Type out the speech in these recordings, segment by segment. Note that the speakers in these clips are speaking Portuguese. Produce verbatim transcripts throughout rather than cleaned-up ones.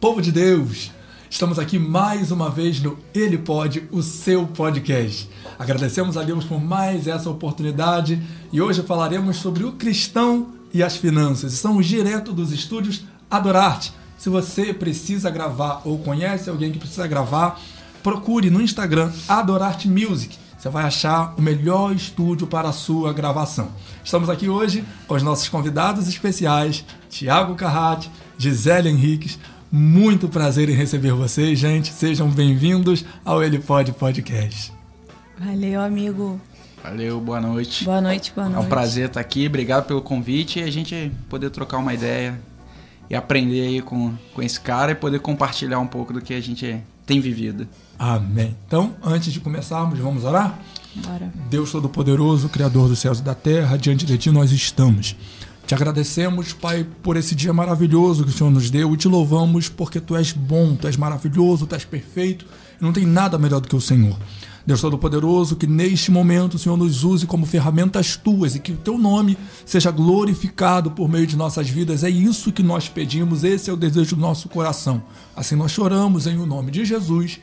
Povo de Deus, estamos aqui mais uma vez no Ele Pode, o seu podcast. Agradecemos a Deus por mais essa oportunidade e hoje falaremos sobre o cristão e as finanças. Estamos direto dos estúdios Adorarte. Se você precisa gravar ou conhece alguém que precisa gravar, procure no Instagram Adorarte Music. Você vai achar o melhor estúdio para a sua gravação. Estamos aqui hoje com os nossos convidados especiais, Thiago Carratti, Gisele Henriques. Muito prazer em receber vocês, gente. Sejam bem-vindos ao Ele Pode Podcast. Valeu, amigo. Valeu, boa noite. Boa noite, boa noite. É um prazer estar aqui. Obrigado pelo convite e a gente poder trocar uma ideia e aprender aí com, com esse cara e poder compartilhar um pouco do que a gente tem vivido. Amém. Então, antes de começarmos, vamos orar? Bora. Deus Todo-Poderoso, Criador dos céus e da terra, diante de Ti nós estamos. Te agradecemos, Pai, por esse dia maravilhoso que o Senhor nos deu e te louvamos porque Tu és bom, Tu és maravilhoso, Tu és perfeito e não tem nada melhor do que o Senhor. Deus Todo-Poderoso, que neste momento o Senhor nos use como ferramentas Tuas e que o Teu nome seja glorificado por meio de nossas vidas. É isso que nós pedimos, esse é o desejo do nosso coração. Assim nós choramos em o nome de Jesus.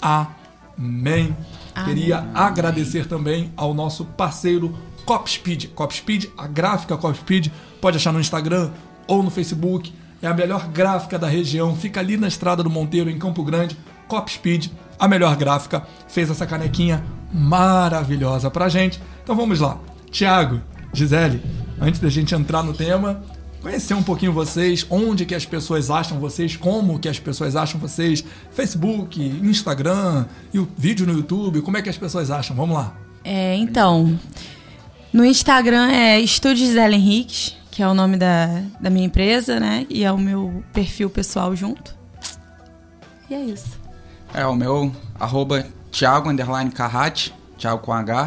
Amém. Amém. Queria agradecer também ao nosso parceiro Copspeed. Copspeed, a gráfica Copspeed, pode achar no Instagram ou no Facebook. É a melhor gráfica da região, fica ali na Estrada do Monteiro, em Campo Grande. Copspeed, a melhor gráfica, fez essa canequinha maravilhosa pra gente. Então vamos lá. Thiago, Gisele, antes da gente entrar no tema, conhecer um pouquinho vocês, onde que as pessoas acham vocês, como que as pessoas acham vocês, Facebook, Instagram, e o vídeo no YouTube, como é que as pessoas acham? Vamos lá. É, então, no Instagram é Estúdio Gisele Henriques, que é o nome da, da minha empresa, né? E é o meu perfil pessoal junto. E é isso. É, o meu, arroba Thiago, underline Carratti, Thiago com H.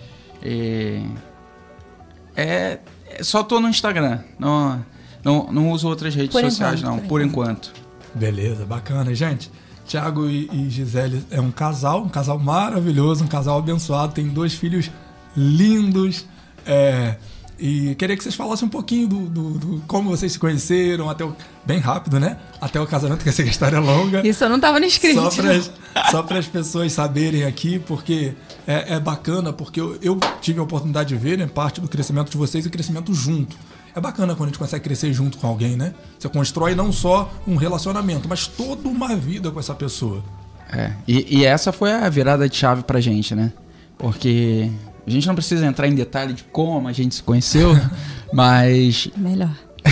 E é, é, só tô no Instagram, não, não, não uso outras redes por sociais enquanto, não, por, por enquanto. enquanto. Beleza, bacana, gente. Thiago e, e Gisele é um casal, um casal maravilhoso, um casal abençoado, tem dois filhos lindos, é... E queria que vocês falassem um pouquinho do, do, do como vocês se conheceram, até o, bem rápido, né? Até o casamento, que essa história é longa. Isso eu não estava no script. Só para as pessoas saberem aqui, porque é, é bacana, porque eu, eu tive a oportunidade de ver, né, parte do crescimento de vocês e crescimento junto. É bacana quando a gente consegue crescer junto com alguém, né? Você constrói não só um relacionamento, mas toda uma vida com essa pessoa. É, e, e essa foi a virada de chave pra gente, né? Porque... a gente não precisa entrar em detalhe de como a gente se conheceu, mas... Melhor.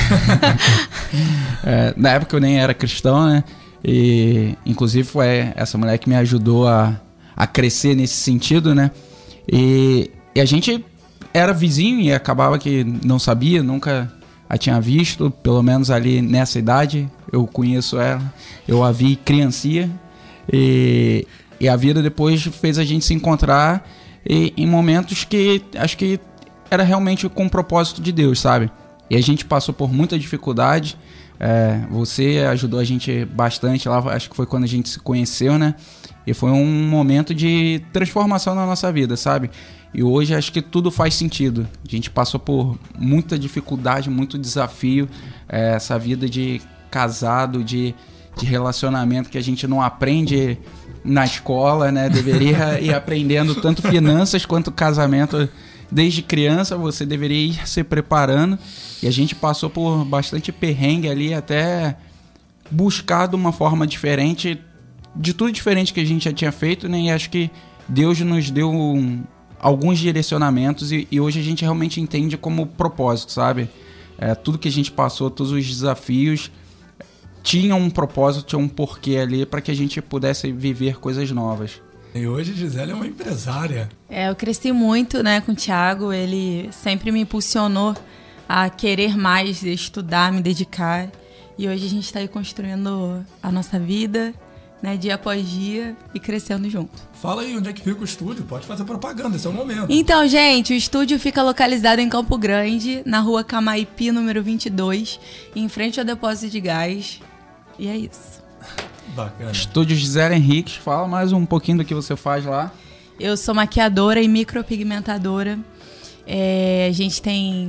é, na época eu nem era cristão, né? E, inclusive, foi essa mulher que me ajudou a, a crescer nesse sentido, né? E, e a gente era vizinho e acabava que não sabia, nunca a tinha visto, pelo menos ali nessa idade. Eu conheço ela, eu a vi criancinha. E, e a vida depois fez a gente se encontrar... E em momentos que acho que era realmente com o propósito de Deus, sabe? E a gente passou por muita dificuldade. É, você ajudou a gente bastante lá, acho que foi quando a gente se conheceu, né? E foi um momento de transformação na nossa vida, sabe? E hoje acho que tudo faz sentido. A gente passou por muita dificuldade, muito desafio. É, essa vida de casado, de, de relacionamento que a gente não aprende na escola, né? Deveria ir aprendendo tanto finanças quanto casamento desde criança. Você deveria ir se preparando. E a gente passou por bastante perrengue ali até buscar de uma forma diferente, de tudo diferente que a gente já tinha feito, né? E acho que Deus nos deu um, alguns direcionamentos e, e hoje a gente realmente entende como propósito, sabe? É, tudo que a gente passou, todos os desafios tinha um propósito, tinha um porquê ali para que a gente pudesse viver coisas novas. E hoje Gisele é uma empresária. É, eu cresci muito, né, com o Thiago. Ele sempre me impulsionou a querer mais, estudar, me dedicar. E hoje a gente está aí construindo a nossa vida, né, dia após dia e crescendo junto. Fala aí onde é que fica o estúdio, pode fazer propaganda, esse é o momento. Então, gente, o estúdio fica localizado em Campo Grande, na rua Camaipi, número vinte e dois, em frente ao depósito de gás. E é isso. Bacana. Estúdio Gisele Henriques, fala mais um pouquinho do que você faz lá. Eu sou maquiadora e micropigmentadora. É, a gente tem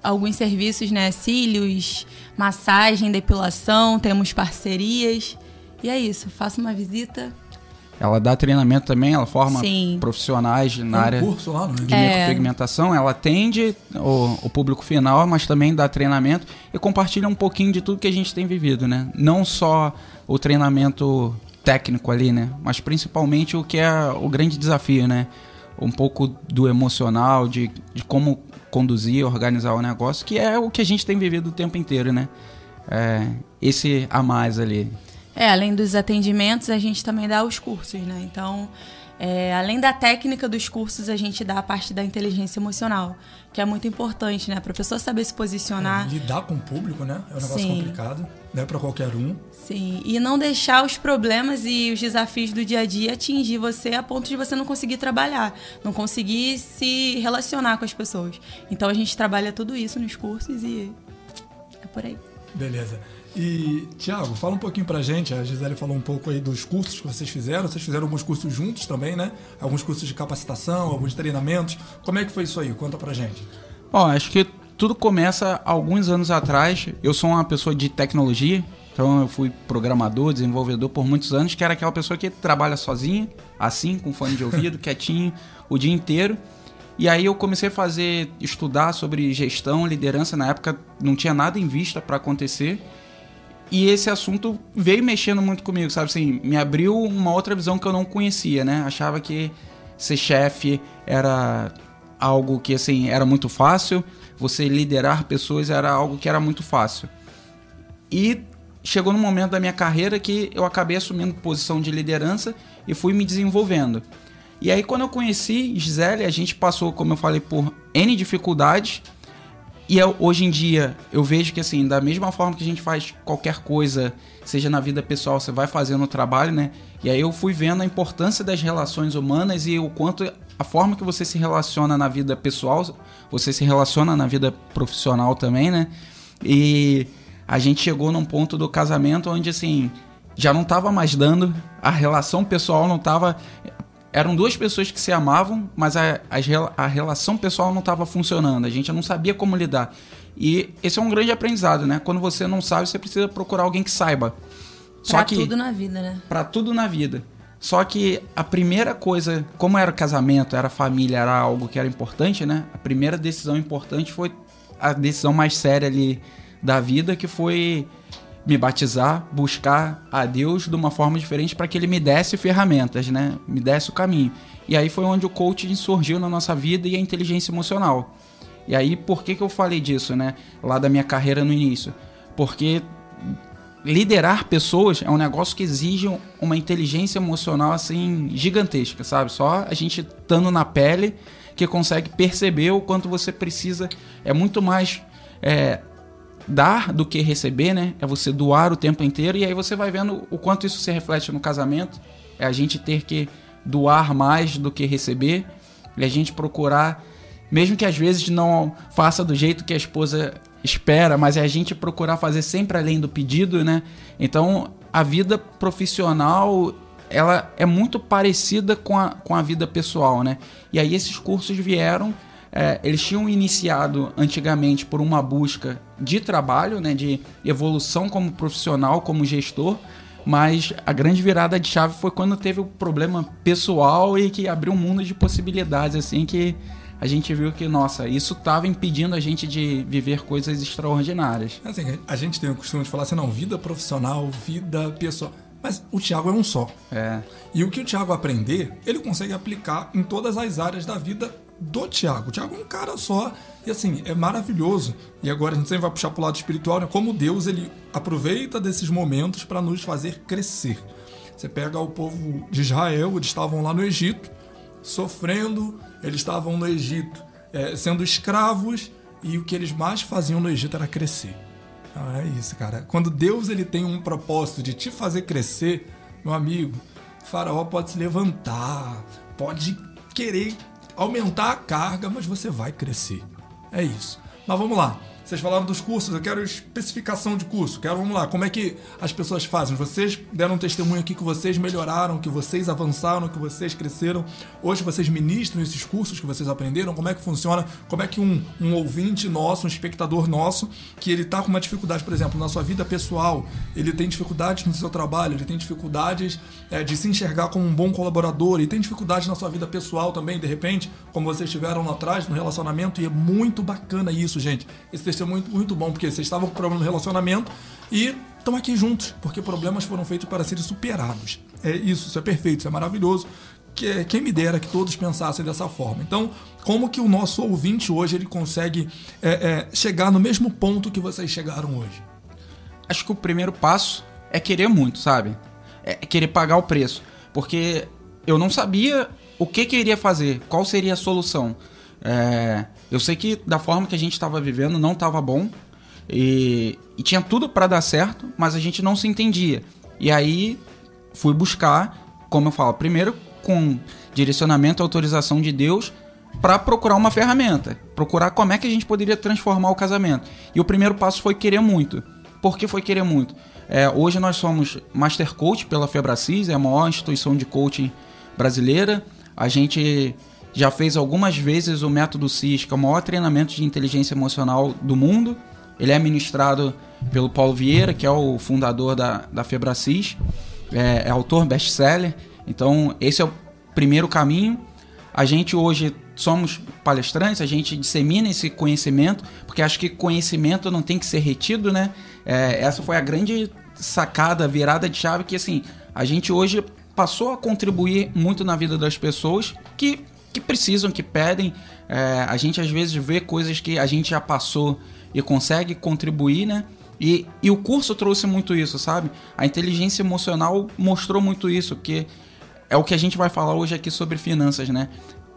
alguns serviços, né? Cílios, massagem, depilação, temos parcerias. E é isso, faça uma visita. Ela dá treinamento também, ela forma Sim. profissionais na Tem um área curso lá, não é? de É. micropigmentação. Ela atende o, o público final, mas também dá treinamento e compartilha um pouquinho de tudo que a gente tem vivido, né? Não só o treinamento técnico ali, né? Mas principalmente o que é o grande desafio, né? Um pouco do emocional, de, de como conduzir, organizar o negócio, que é o que a gente tem vivido o tempo inteiro, né? É, esse a mais ali. É, além dos atendimentos, a gente também dá os cursos, né? Então, é, além da técnica dos cursos, a gente dá a parte da inteligência emocional, que é muito importante, né? Para a pessoa saber se posicionar. É, lidar com o público, né? É um negócio Sim. complicado, não é para qualquer um. Sim, e não deixar os problemas e os desafios do dia a dia atingir você a ponto de você não conseguir trabalhar, não conseguir se relacionar com as pessoas. Então, a gente trabalha tudo isso nos cursos e é por aí. Beleza. E, Thiago, fala um pouquinho pra gente, a Gisele falou um pouco aí dos cursos que vocês fizeram, vocês fizeram alguns cursos juntos também, né? Alguns cursos de capacitação, alguns treinamentos. Como é que foi isso aí? Conta pra gente. Bom, acho que tudo começa alguns anos atrás. Eu sou uma pessoa de tecnologia, então eu fui programador, desenvolvedor por muitos anos, que era aquela pessoa que trabalha sozinha, assim, com fone de ouvido, quietinho, o dia inteiro. E aí eu comecei a fazer, estudar sobre gestão, liderança. Na época não tinha nada em vista para acontecer. E esse assunto veio mexendo muito comigo, sabe? Assim, me abriu uma outra visão que eu não conhecia, né? Achava que ser chefe era algo que, assim, era muito fácil. Você liderar pessoas era algo que era muito fácil. E chegou num momento da minha carreira que eu acabei assumindo posição de liderança e fui me desenvolvendo. E aí, quando eu conheci Gisele, a gente passou, como eu falei, por N dificuldades. E eu, hoje em dia, eu vejo que, assim, da mesma forma que a gente faz qualquer coisa, seja na vida pessoal, você vai fazendo o trabalho, né? E aí eu fui vendo a importância das relações humanas e o quanto a forma que você se relaciona na vida pessoal, você se relaciona na vida profissional também, né? E a gente chegou num ponto do casamento onde, assim, já não estava mais dando, a relação pessoal não estava... Eram duas pessoas que se amavam, mas a, a, a relação pessoal não estava funcionando. A gente não sabia como lidar. E esse é um grande aprendizado, né? Quando você não sabe, você precisa procurar alguém que saiba. Só Pra que, tudo na vida, né? Pra tudo na vida. Só que a primeira coisa, como era casamento, era família, era algo que era importante, né? A primeira decisão importante foi a decisão mais séria ali da vida, que foi me batizar, buscar a Deus de uma forma diferente para que Ele me desse ferramentas, né? Me desse o caminho. E aí foi onde o coaching surgiu na nossa vida e a inteligência emocional. E aí, por que que eu falei disso, né? Lá da minha carreira no início? Porque liderar pessoas é um negócio que exige uma inteligência emocional, assim, gigantesca, sabe? Só a gente estando na pele que consegue perceber o quanto você precisa. É muito mais... É, dar do que receber, né? É você doar o tempo inteiro, e aí você vai vendo o quanto isso se reflete no casamento. É a gente ter que doar mais do que receber, e a gente procurar, mesmo que às vezes não faça do jeito que a esposa espera, mas é a gente procurar fazer sempre além do pedido, né? Então, a vida profissional, ela é muito parecida com a, com a vida pessoal, né? E aí esses cursos vieram. É, eles tinham iniciado antigamente por uma busca de trabalho, né, de evolução como profissional, como gestor, mas a grande virada de chave foi quando teve o problema pessoal e que abriu um mundo de possibilidades, assim, que a gente viu que, nossa, isso estava impedindo a gente de viver coisas extraordinárias. Assim, a gente tem o costume de falar assim, não, vida profissional, vida pessoal... Mas o Thiago é um só. É. E o que o Thiago aprender, ele consegue aplicar em todas as áreas da vida do Thiago. O Thiago é um cara só e, assim, é maravilhoso. E agora a gente sempre vai puxar pro lado espiritual, né? Como Deus, ele aproveita desses momentos para nos fazer crescer. Você pega o povo de Israel, eles estavam lá no Egito, sofrendo, eles estavam no Egito é, sendo escravos, e o que eles mais faziam no Egito era crescer. Ah, é isso, cara. Quando Deus ele tem um propósito de te fazer crescer, meu amigo, o faraó pode se levantar, pode querer aumentar a carga, mas você vai crescer. É isso. Mas vamos lá. Vocês falaram dos cursos, eu quero especificação de curso. Quero, vamos lá, como é que as pessoas fazem? Vocês deram um testemunho aqui que vocês melhoraram, que vocês avançaram, que vocês cresceram. Hoje vocês ministram esses cursos que vocês aprenderam. Como é que funciona? Como é que um, um ouvinte nosso, um espectador nosso, que ele está com uma dificuldade, por exemplo, na sua vida pessoal, ele tem dificuldades no seu trabalho, ele tem dificuldades é, de se enxergar como um bom colaborador, e tem dificuldades na sua vida pessoal também, de repente, como vocês tiveram lá atrás, no relacionamento, e é muito bacana isso, gente. Esse é muito, muito bom, porque vocês estavam com problema no relacionamento e estão aqui juntos, porque problemas foram feitos para serem superados. É isso, isso é perfeito, isso é maravilhoso. Que, quem me dera que todos pensassem dessa forma. Então, como que o nosso ouvinte hoje ele consegue é, é, chegar no mesmo ponto que vocês chegaram hoje? Acho que o primeiro passo é querer muito, sabe? É querer pagar o preço. Porque eu não sabia o que que eu iria fazer, qual seria a solução. É, eu sei que da forma que a gente estava vivendo não estava bom e, e tinha tudo para dar certo, mas a gente não se entendia. E aí fui buscar, como eu falo, primeiro com direcionamento e autorização de Deus para procurar uma ferramenta, procurar como é que a gente poderia transformar o casamento. E o primeiro passo foi querer muito. Por que foi querer muito? É, hoje nós somos Master Coach pela Febracis, é a maior instituição de coaching brasileira. A gente já fez algumas vezes o método C I S, que é o maior treinamento de inteligência emocional do mundo. Ele é ministrado pelo Paulo Vieira, que é o fundador da, da Febracis, é, é autor best-seller. Então, esse é o primeiro caminho. A gente hoje somos palestrantes, a gente dissemina esse conhecimento, porque acho que conhecimento não tem que ser retido, né? É, essa foi a grande sacada, virada de chave, que assim, a gente hoje passou a contribuir muito na vida das pessoas que que precisam, que pedem. É, a gente às vezes vê coisas que a gente já passou e consegue contribuir, né? E, e o curso trouxe muito isso, sabe? A inteligência emocional mostrou muito isso, porque é o que a gente vai falar hoje aqui sobre finanças, né?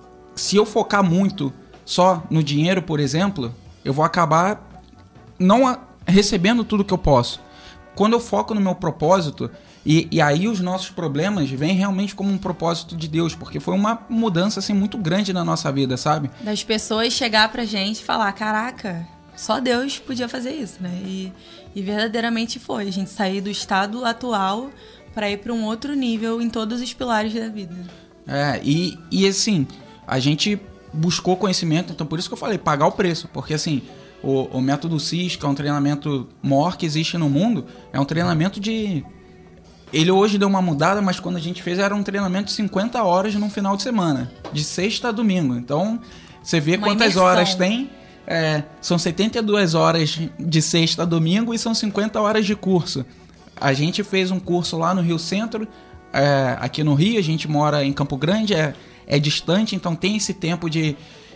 Se eu focar muito só no dinheiro, por exemplo, eu vou acabar não a, recebendo tudo que eu posso. Quando eu foco no meu propósito, E, e aí os nossos problemas vêm realmente como um propósito de Deus, porque foi uma mudança assim, muito grande na nossa vida, sabe? Das pessoas chegar pra gente e falar, caraca, só Deus podia fazer isso, né? E, e verdadeiramente foi. A gente sair do estado atual para ir para um outro nível em todos os pilares da vida. É, e, e assim, a gente buscou conhecimento, então por isso que eu falei, pagar o preço, porque assim, o, o método C I S, que é um treinamento maior que existe no mundo, é um treinamento de... Ele hoje deu uma mudada, mas quando a gente fez era um treinamento de cinquenta horas num final de semana, de sexta a domingo. Então, você vê uma quantas imersão. Horas tem. É, são setenta e duas horas de sexta a domingo e são cinquenta horas de curso. A gente fez um curso lá no Rio Centro, é, aqui no Rio, a gente mora em Campo Grande, é, é distante, então tem esse tempo de,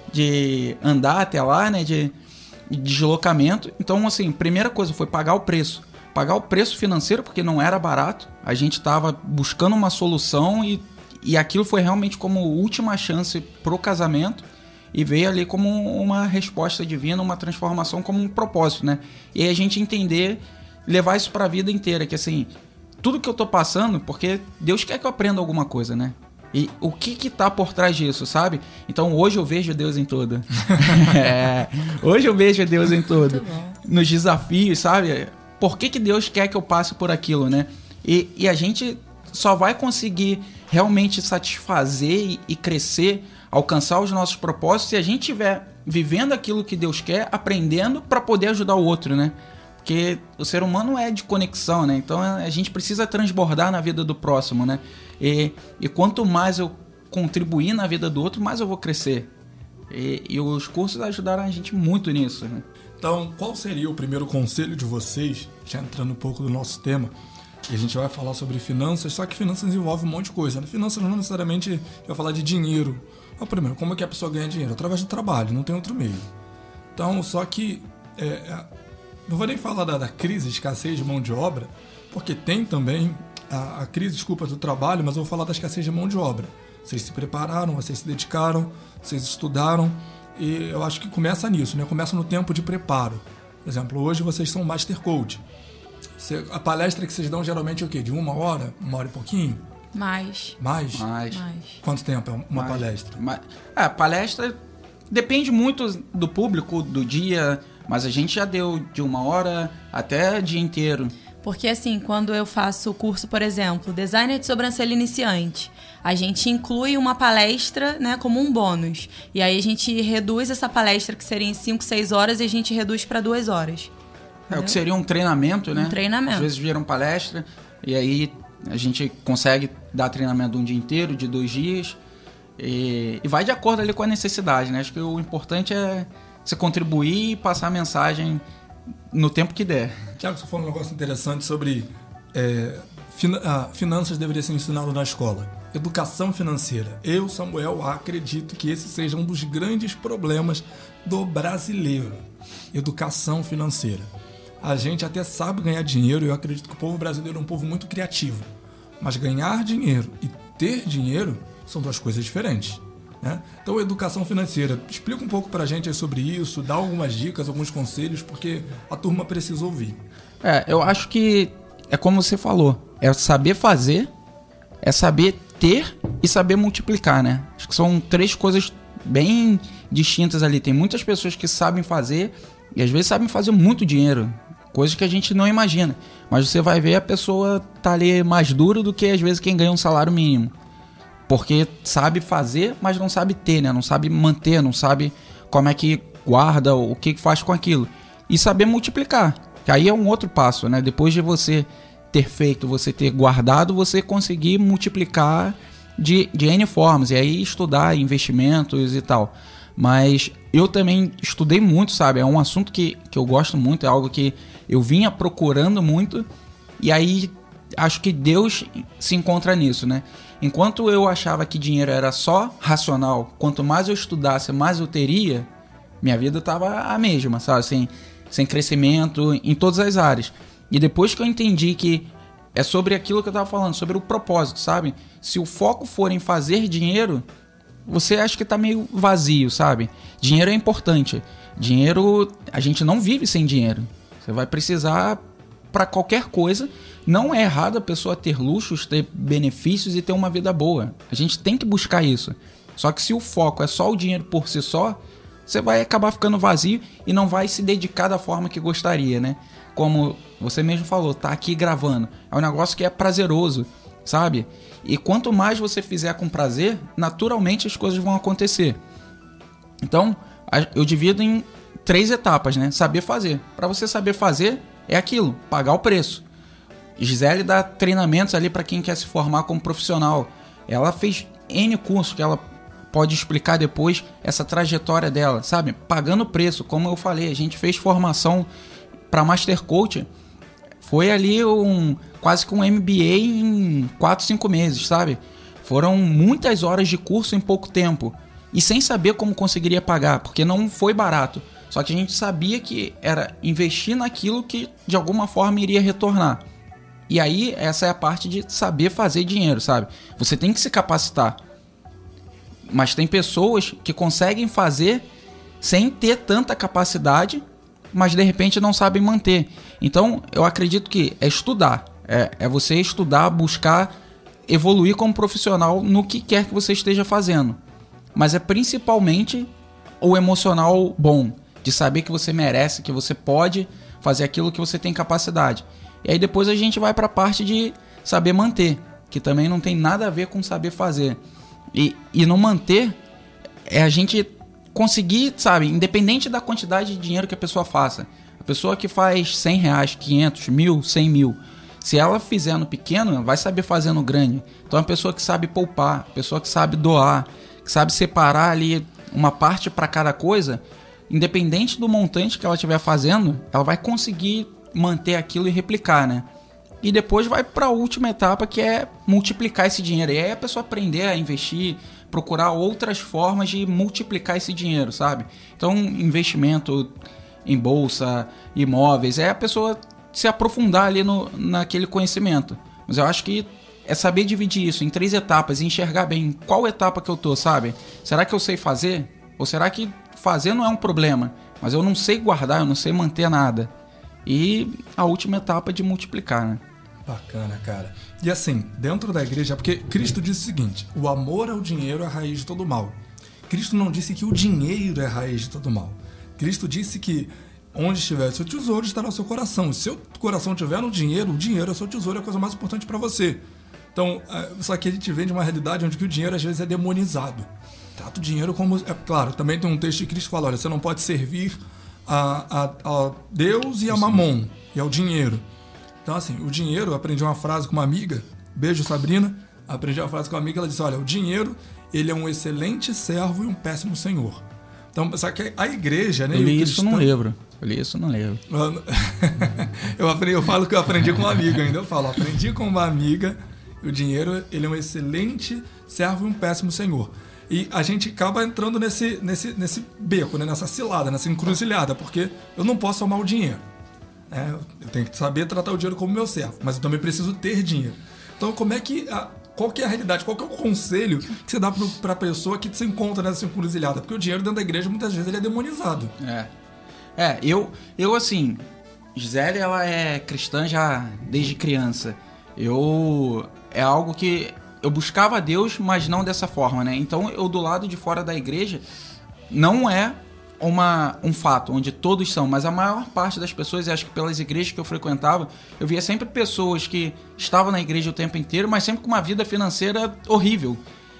de andar até lá, né, de, de deslocamento. Então, assim, primeira coisa foi pagar o preço. Pagar o preço financeiro, porque não era barato. A gente estava buscando uma solução e, e aquilo foi realmente como última chance pro casamento e veio ali como uma resposta divina, uma transformação como um propósito, né? E aí a gente entender, levar isso para a vida inteira, que assim, tudo que eu tô passando, porque Deus quer que eu aprenda alguma coisa, né? E o que que tá por trás disso, sabe? Então hoje eu vejo Deus em tudo. é, hoje eu vejo Deus em tudo. Nos desafios, sabe? Por que que Deus quer que eu passe por aquilo, né? E, e a gente só vai conseguir realmente satisfazer e, e crescer, alcançar os nossos propósitos se a gente estiver vivendo aquilo que Deus quer, aprendendo para poder ajudar o outro, né? Porque o ser humano é de conexão, né? Então a gente precisa transbordar na vida do próximo, né? E, e quanto mais eu contribuir na vida do outro, mais eu vou crescer. E, e os cursos ajudaram a gente muito nisso, né? Então, qual seria o primeiro conselho de vocês, já entrando um pouco do nosso tema, e a gente vai falar sobre finanças, só que finanças envolve um monte de coisa, né? Finanças não necessariamente vai falar de dinheiro. Então, primeiro, como é que a pessoa ganha dinheiro? Através do trabalho, não tem outro meio. Então, só que, é, não vou nem falar da, da crise, escassez de mão de obra, porque tem também a, a crise, desculpa, do trabalho, mas eu vou falar da escassez de mão de obra. Vocês se prepararam, vocês se dedicaram, vocês estudaram, e eu acho que começa nisso, né? Começa no tempo de preparo. Por exemplo, hoje vocês são Master Coach. Você, a palestra que vocês dão geralmente é o quê? De uma hora? Uma hora e pouquinho? Mais. Mais? Mais. Mais. Quanto tempo é uma Mais. palestra? Mais. É, palestra depende muito do público, do dia. Mas a gente já deu de uma hora até dia inteiro. Porque assim, quando eu faço o curso, por exemplo, designer de sobrancelha iniciante, a gente inclui uma palestra, né, como um bônus. E aí a gente reduz essa palestra, que seria em cinco, seis horas, e a gente reduz para duas horas. É o que seria um treinamento, né? Um treinamento. Às vezes viram palestra, e aí a gente consegue dar treinamento de um dia inteiro, de dois dias, e, e vai de acordo ali com a necessidade, né? Acho que o importante é você contribuir e passar a mensagem no tempo que der. Tiago, você falou um negócio interessante sobre é, fin- ah, finanças deveria ser ensinado na escola. Educação financeira. Eu, Samuel, acredito que esse seja um dos grandes problemas do brasileiro. Educação financeira. A gente até sabe ganhar dinheiro, eu acredito que o povo brasileiro é um povo muito criativo. Mas ganhar dinheiro e ter dinheiro são duas coisas diferentes, né? Então, educação financeira. Explica um pouco pra gente aí sobre isso, dá algumas dicas, alguns conselhos, porque a turma precisa ouvir. É, eu acho que é como você falou, é saber fazer, é saber ter e saber multiplicar, né? Acho que são três coisas bem distintas ali. Tem muitas pessoas que sabem fazer e às vezes sabem fazer muito dinheiro, coisas que a gente não imagina. Mas você vai ver a pessoa tá ali mais duro do que às vezes quem ganha um salário mínimo. Porque sabe fazer, mas não sabe ter, né? Não sabe manter, não sabe como é que guarda, o que faz com aquilo. E saber multiplicar, que aí é um outro passo, né? Depois de você ter feito, você ter guardado, você conseguir multiplicar de, de N formas. E aí estudar investimentos e tal. Mas eu também estudei muito, sabe? É um assunto que, que eu gosto muito, é algo que eu vinha procurando muito. E aí acho que Deus se encontra nisso, né? Enquanto eu achava que dinheiro era só racional, quanto mais eu estudasse, mais eu teria, minha vida estava a mesma, sabe? Sem, sem crescimento em todas as áreas. E depois que eu entendi que é sobre aquilo que eu estava falando, sobre o propósito, sabe? Se o foco for em fazer dinheiro, você acha que está meio vazio, sabe? Dinheiro é importante. Dinheiro, a gente não vive sem dinheiro. Você vai precisar para qualquer coisa. Não é errado a pessoa ter luxos, ter benefícios e ter uma vida boa. A gente tem que buscar isso. Só que se o foco é só o dinheiro por si só, você vai acabar ficando vazio e não vai se dedicar da forma que gostaria, né? Como você mesmo falou, tá aqui gravando. É um negócio que é prazeroso, sabe? E quanto mais você fizer com prazer, naturalmente as coisas vão acontecer. Então, eu divido em três etapas, né? Saber fazer. Para você saber fazer, é aquilo, pagar o preço. Gisele dá treinamentos ali para quem quer se formar como profissional. Ela fez N cursos que ela pode explicar depois essa trajetória dela, sabe? Pagando preço, como eu falei, a gente fez formação para Master Coach. Foi ali um quase que um M B A em quatro, cinco meses, sabe? Foram muitas horas de curso em pouco tempo. E sem saber como conseguiria pagar, porque não foi barato. Só que a gente sabia que era investir naquilo que de alguma forma iria retornar. E aí, essa é a parte de saber fazer dinheiro, sabe? Você tem que se capacitar. Mas tem pessoas que conseguem fazer sem ter tanta capacidade, mas de repente não sabem manter. Então, eu acredito que é estudar. É, é você estudar, buscar evoluir como profissional no que quer que você esteja fazendo. Mas é principalmente o emocional bom, de saber que você merece, que você pode fazer aquilo que você tem capacidade. E aí depois a gente vai para a parte de saber manter, que também não tem nada a ver com saber fazer. E, e no manter é a gente conseguir, sabe, independente da quantidade de dinheiro que a pessoa faça. A pessoa que faz cem reais, quinhentos, mil, cem mil, se ela fizer no pequeno, vai saber fazer no grande. Então é uma pessoa que sabe poupar, a pessoa que sabe doar, que sabe separar ali uma parte para cada coisa, independente do montante que ela estiver fazendo, ela vai conseguir manter aquilo e replicar, né? E depois vai para a última etapa, que é multiplicar esse dinheiro. E aí a pessoa aprender a investir, procurar outras formas de multiplicar esse dinheiro, sabe? Então, investimento em bolsa, imóveis, é a pessoa se aprofundar ali no, naquele conhecimento. Mas eu acho que é saber dividir isso em três etapas e enxergar bem qual etapa que eu tô, sabe? Será que eu sei fazer? Ou será que fazer não é um problema, mas eu não sei guardar, eu não sei manter nada? E a última etapa de multiplicar, né? Bacana, cara. E assim, dentro da igreja, porque Cristo disse o seguinte: o amor ao dinheiro é a raiz de todo mal. Cristo não disse que o dinheiro é a raiz de todo mal. Cristo disse que onde estiver o seu tesouro, estará o seu coração. Se o seu coração estiver no dinheiro, o dinheiro é o seu tesouro, é a coisa mais importante para você. Então, só que a gente vem de uma realidade onde que o dinheiro às vezes é demonizado. Trata o dinheiro como... É claro, também tem um texto de Cristo que fala, olha, você não pode servir a, a, a Deus e a Mamon, e ao dinheiro. Então, assim, o dinheiro, eu aprendi uma frase com uma amiga, beijo Sabrina, aprendi uma frase com uma amiga, ela disse, olha, o dinheiro, ele é um excelente servo e um péssimo senhor. Então, só que a igreja, né? Eu li cristão... isso num livro. Eu li isso num livro. eu, aprendi, eu falo que eu aprendi com uma amiga ainda. Eu falo, aprendi com uma amiga, o dinheiro, ele é um excelente servo e um péssimo senhor. E a gente acaba entrando nesse, nesse, nesse beco, né? Nessa cilada, nessa encruzilhada, porque eu não posso amar o dinheiro. É, eu tenho que saber tratar o dinheiro como meu servo, mas eu também preciso ter dinheiro. Então, como é que... A, qual que é a realidade? Qual que é o conselho que você dá para a pessoa que se encontra nessa encruzilhada? Porque o dinheiro dentro da igreja, muitas vezes, ele é demonizado. É, é eu, eu assim... Gisele, ela é cristã já desde criança. Eu... É algo que... Eu buscava a Deus, mas não dessa forma, né? Então, eu do lado de fora da igreja, não é uma, um fato, onde todos são, mas a maior parte das pessoas, e acho que pelas igrejas que eu frequentava, eu via sempre pessoas que estavam na igreja o tempo inteiro, mas sempre com uma vida financeira horrível.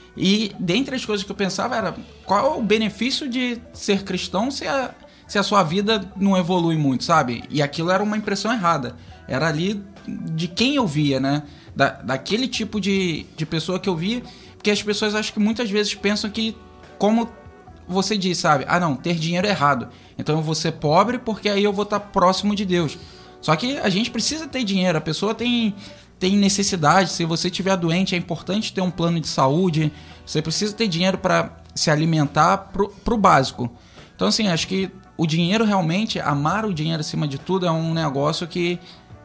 E dentre as coisas que eu pensava era, qual é o benefício de ser cristão se a, se a sua vida não evolui muito, sabe? E aquilo era uma impressão errada. Era ali de quem eu via, né? Da, daquele tipo de, de pessoa que eu via, porque as pessoas acho que muitas vezes pensam que, como você diz, sabe? Ah, não, ter dinheiro é errado. Então eu vou ser pobre porque aí eu vou estar próximo de Deus. Só que a gente precisa ter dinheiro, a pessoa tem, tem necessidade. Se você estiver doente, é importante ter um plano de saúde. Você precisa ter dinheiro para se alimentar pro, pro básico. Então, assim, acho que o dinheiro realmente, amar o dinheiro acima de tudo, é um negócio que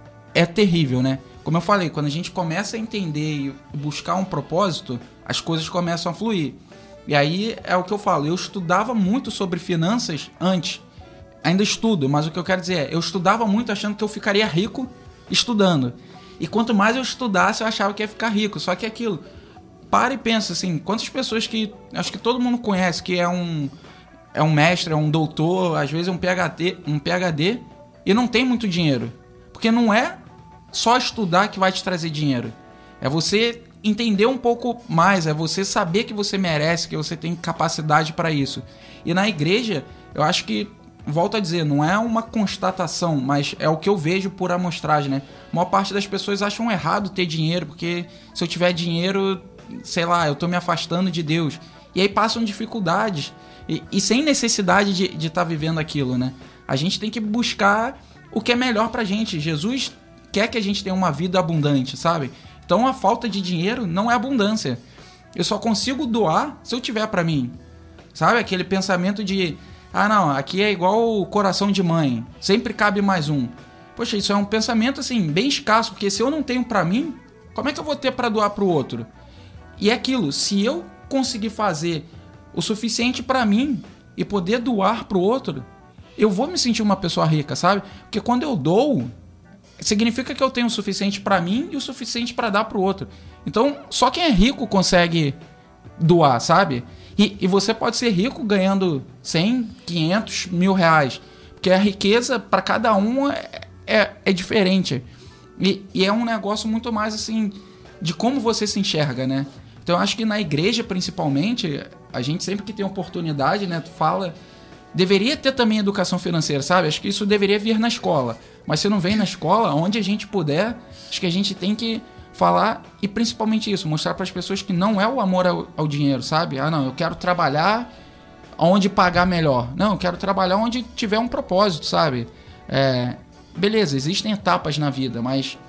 é terrível, né? Como eu falei, quando a gente começa a entender e buscar um propósito, as coisas começam a fluir. E aí é o que eu falo, eu estudava muito sobre finanças antes. Ainda estudo, mas o que eu quero dizer é, eu estudava muito achando que eu ficaria rico estudando. E quanto mais eu estudasse, eu achava que ia ficar rico. Só que é aquilo, para e pensa assim, quantas pessoas que, acho que todo mundo conhece, que é um, é um mestre, é um doutor, às vezes é um PhD, um PhD, e não tem muito dinheiro. Porque não é só estudar que vai te trazer dinheiro. É você entender um pouco mais, é você saber que você merece, que você tem capacidade para isso. E na igreja, eu acho que, volto a dizer, não é uma constatação, mas é o que eu vejo por amostragem, né? A maior parte das pessoas acham errado ter dinheiro, porque se eu tiver dinheiro, sei lá, eu tô me afastando de Deus. E aí passam dificuldades, e, e sem necessidade de estar tá vivendo aquilo, né? A gente tem que buscar o que é melhor pra gente. Jesus quer que a gente tenha uma vida abundante, sabe? Então a falta de dinheiro não é abundância. Eu só consigo doar se eu tiver pra mim. Sabe? Aquele pensamento de, ah não, aqui é igual o coração de mãe, sempre cabe mais um. Poxa, isso é um pensamento assim, bem escasso, porque se eu não tenho pra mim, como é que eu vou ter pra doar pro outro? E é aquilo, se eu conseguir fazer o suficiente pra mim e poder doar pro outro, eu vou me sentir uma pessoa rica, sabe? Porque quando eu dou, significa que eu tenho o suficiente para mim e o suficiente para dar para o outro. Então, só quem é rico consegue doar, sabe? E, e você pode ser rico ganhando cem, quinhentos, mil reais. Porque a riqueza para cada um é, é, é diferente. E, e é um negócio muito mais assim, de como você se enxerga, né? Então, eu acho que na igreja, principalmente, a gente sempre que tem oportunidade, né? Tu fala... Deveria ter também educação financeira, sabe? Acho que isso deveria vir na escola. Mas se não vem na escola, onde a gente puder, acho que a gente tem que falar, e principalmente isso, mostrar para as pessoas que não é o amor ao, ao dinheiro, sabe? Ah, não, eu quero trabalhar onde pagar melhor. Não, eu quero trabalhar onde tiver um propósito, sabe? É, beleza, existem etapas na vida, mas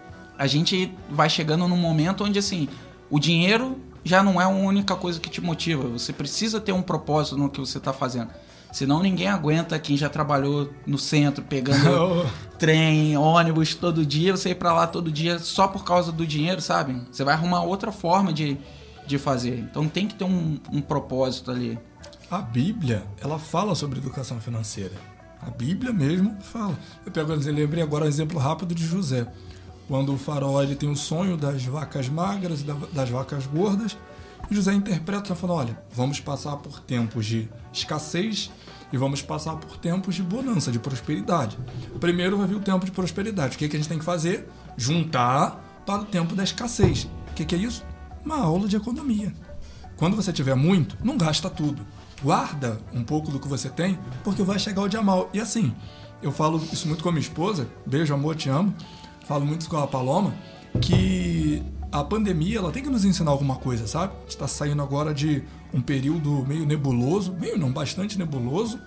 a gente vai chegando num momento onde, assim, o dinheiro já não é a única coisa que te motiva. Você precisa ter um propósito no que você está fazendo. Senão ninguém aguenta quem já trabalhou no centro, pegando trem, ônibus todo dia, você ir pra lá todo dia só por causa do dinheiro, sabe? Você vai arrumar outra forma de, de fazer. Então tem que ter um, um propósito ali. A Bíblia, ela fala sobre educação financeira. A Bíblia mesmo fala. Eu pego, eu lembrei agora um exemplo rápido de José. Quando o faraó ele tem o sonho das vacas magras e das vacas gordas, José interpreta e fala, olha, vamos passar por tempos de escassez e vamos passar por tempos de bonança, de prosperidade. Primeiro vai vir o tempo de prosperidade. O que, que a gente tem que fazer? Juntar para o tempo da escassez. O que, que é isso? Uma aula de economia. Quando você tiver muito, não gasta tudo. Guarda um pouco do que você tem, porque vai chegar o dia mal. E assim, eu falo isso muito com a minha esposa, beijo, amor, te amo, falo muito com a Paloma, que a pandemia ela tem que nos ensinar alguma coisa, sabe? A gente está saindo agora de um período meio nebuloso, meio não, bastante nebuloso,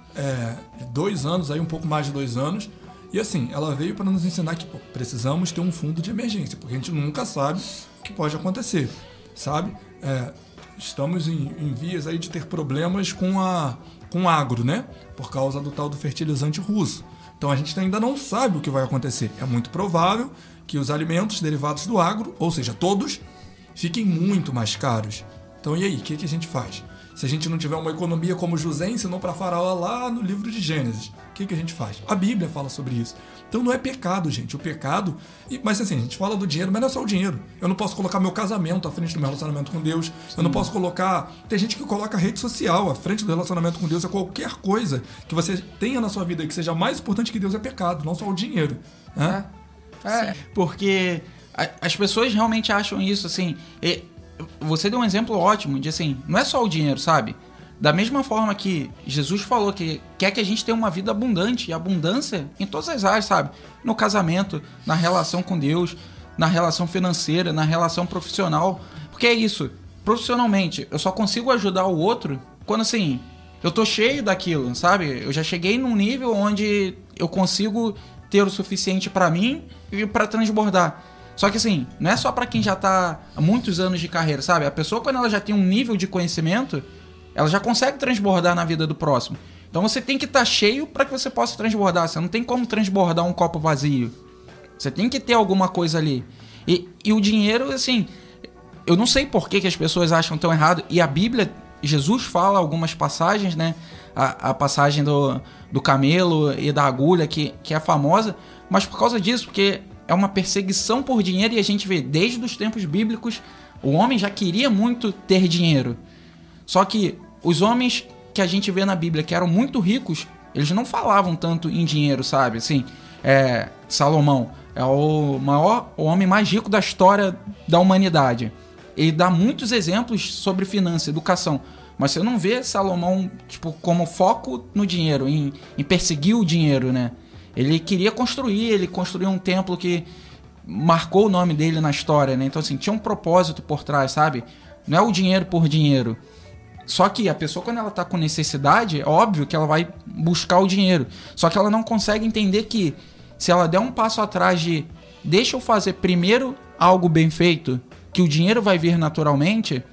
é, de dois anos, aí um pouco mais de dois anos, e assim, ela veio para nos ensinar que pô, precisamos ter um fundo de emergência, porque a gente nunca sabe o que pode acontecer, sabe? É, estamos em, em vias aí de ter problemas com a com o agro, né? Por causa do tal do fertilizante russo. Então a gente ainda não sabe o que vai acontecer. É muito provável que os alimentos derivados do agro, ou seja, todos, fiquem muito mais caros. Então e aí, o que, que a gente faz? Se a gente não tiver uma economia como José ensinou para Faraó lá no livro de Gênesis, o que, que a gente faz? A Bíblia fala sobre isso. Então não é pecado, gente. O pecado... Mas assim, a gente fala do dinheiro, mas não é só o dinheiro. Eu não posso colocar meu casamento à frente do meu relacionamento com Deus. Sim. Eu não posso colocar... Tem gente que coloca a rede social à frente do relacionamento com Deus. É qualquer coisa que você tenha na sua vida que seja mais importante que Deus é pecado, não só o dinheiro. Né? É, é porque as pessoas realmente acham isso, assim... E você deu um exemplo ótimo de, assim, não é só o dinheiro, sabe? Da mesma forma que Jesus falou que quer que a gente tenha uma vida abundante, e abundância em todas as áreas, sabe? No casamento, na relação com Deus, na relação financeira, na relação profissional. Porque é isso, profissionalmente, eu só consigo ajudar o outro quando, assim, eu tô cheio daquilo, sabe? Eu já cheguei num nível onde eu consigo ter o suficiente pra mim e pra transbordar. Só que assim, não é só pra quem já tá há muitos anos de carreira, sabe? A pessoa, quando ela já tem um nível de conhecimento, ela já consegue transbordar na vida do próximo. Então você tem que estar cheio para que você possa transbordar. Você não tem como transbordar um copo vazio. Você tem que ter alguma coisa ali. E, e o dinheiro, assim, eu não sei por que, que as pessoas acham tão errado. E a Bíblia, Jesus fala algumas passagens, né? A, a passagem do, do camelo e da agulha, que, que é famosa. Mas por causa disso, porque é uma perseguição por dinheiro, e a gente vê, desde os tempos bíblicos, o homem já queria muito ter dinheiro. Só que os homens que a gente vê na Bíblia, que eram muito ricos, eles não falavam tanto em dinheiro, sabe? Assim, é, Salomão é o maior, o homem mais rico da história da humanidade. Ele dá muitos exemplos sobre finanças, educação, mas você não vê Salomão, tipo, como foco no dinheiro, em, em perseguir o dinheiro, né? Ele queria construir, ele construiu um templo que marcou o nome dele na história, né? Então, assim, tinha um propósito por trás, sabe? Não é o dinheiro por dinheiro. Só que a pessoa, quando ela tá com necessidade, é óbvio que ela vai buscar o dinheiro. Só que ela não consegue entender que, se ela der um passo atrás de deixa eu fazer primeiro algo bem feito, que o dinheiro vai vir naturalmente,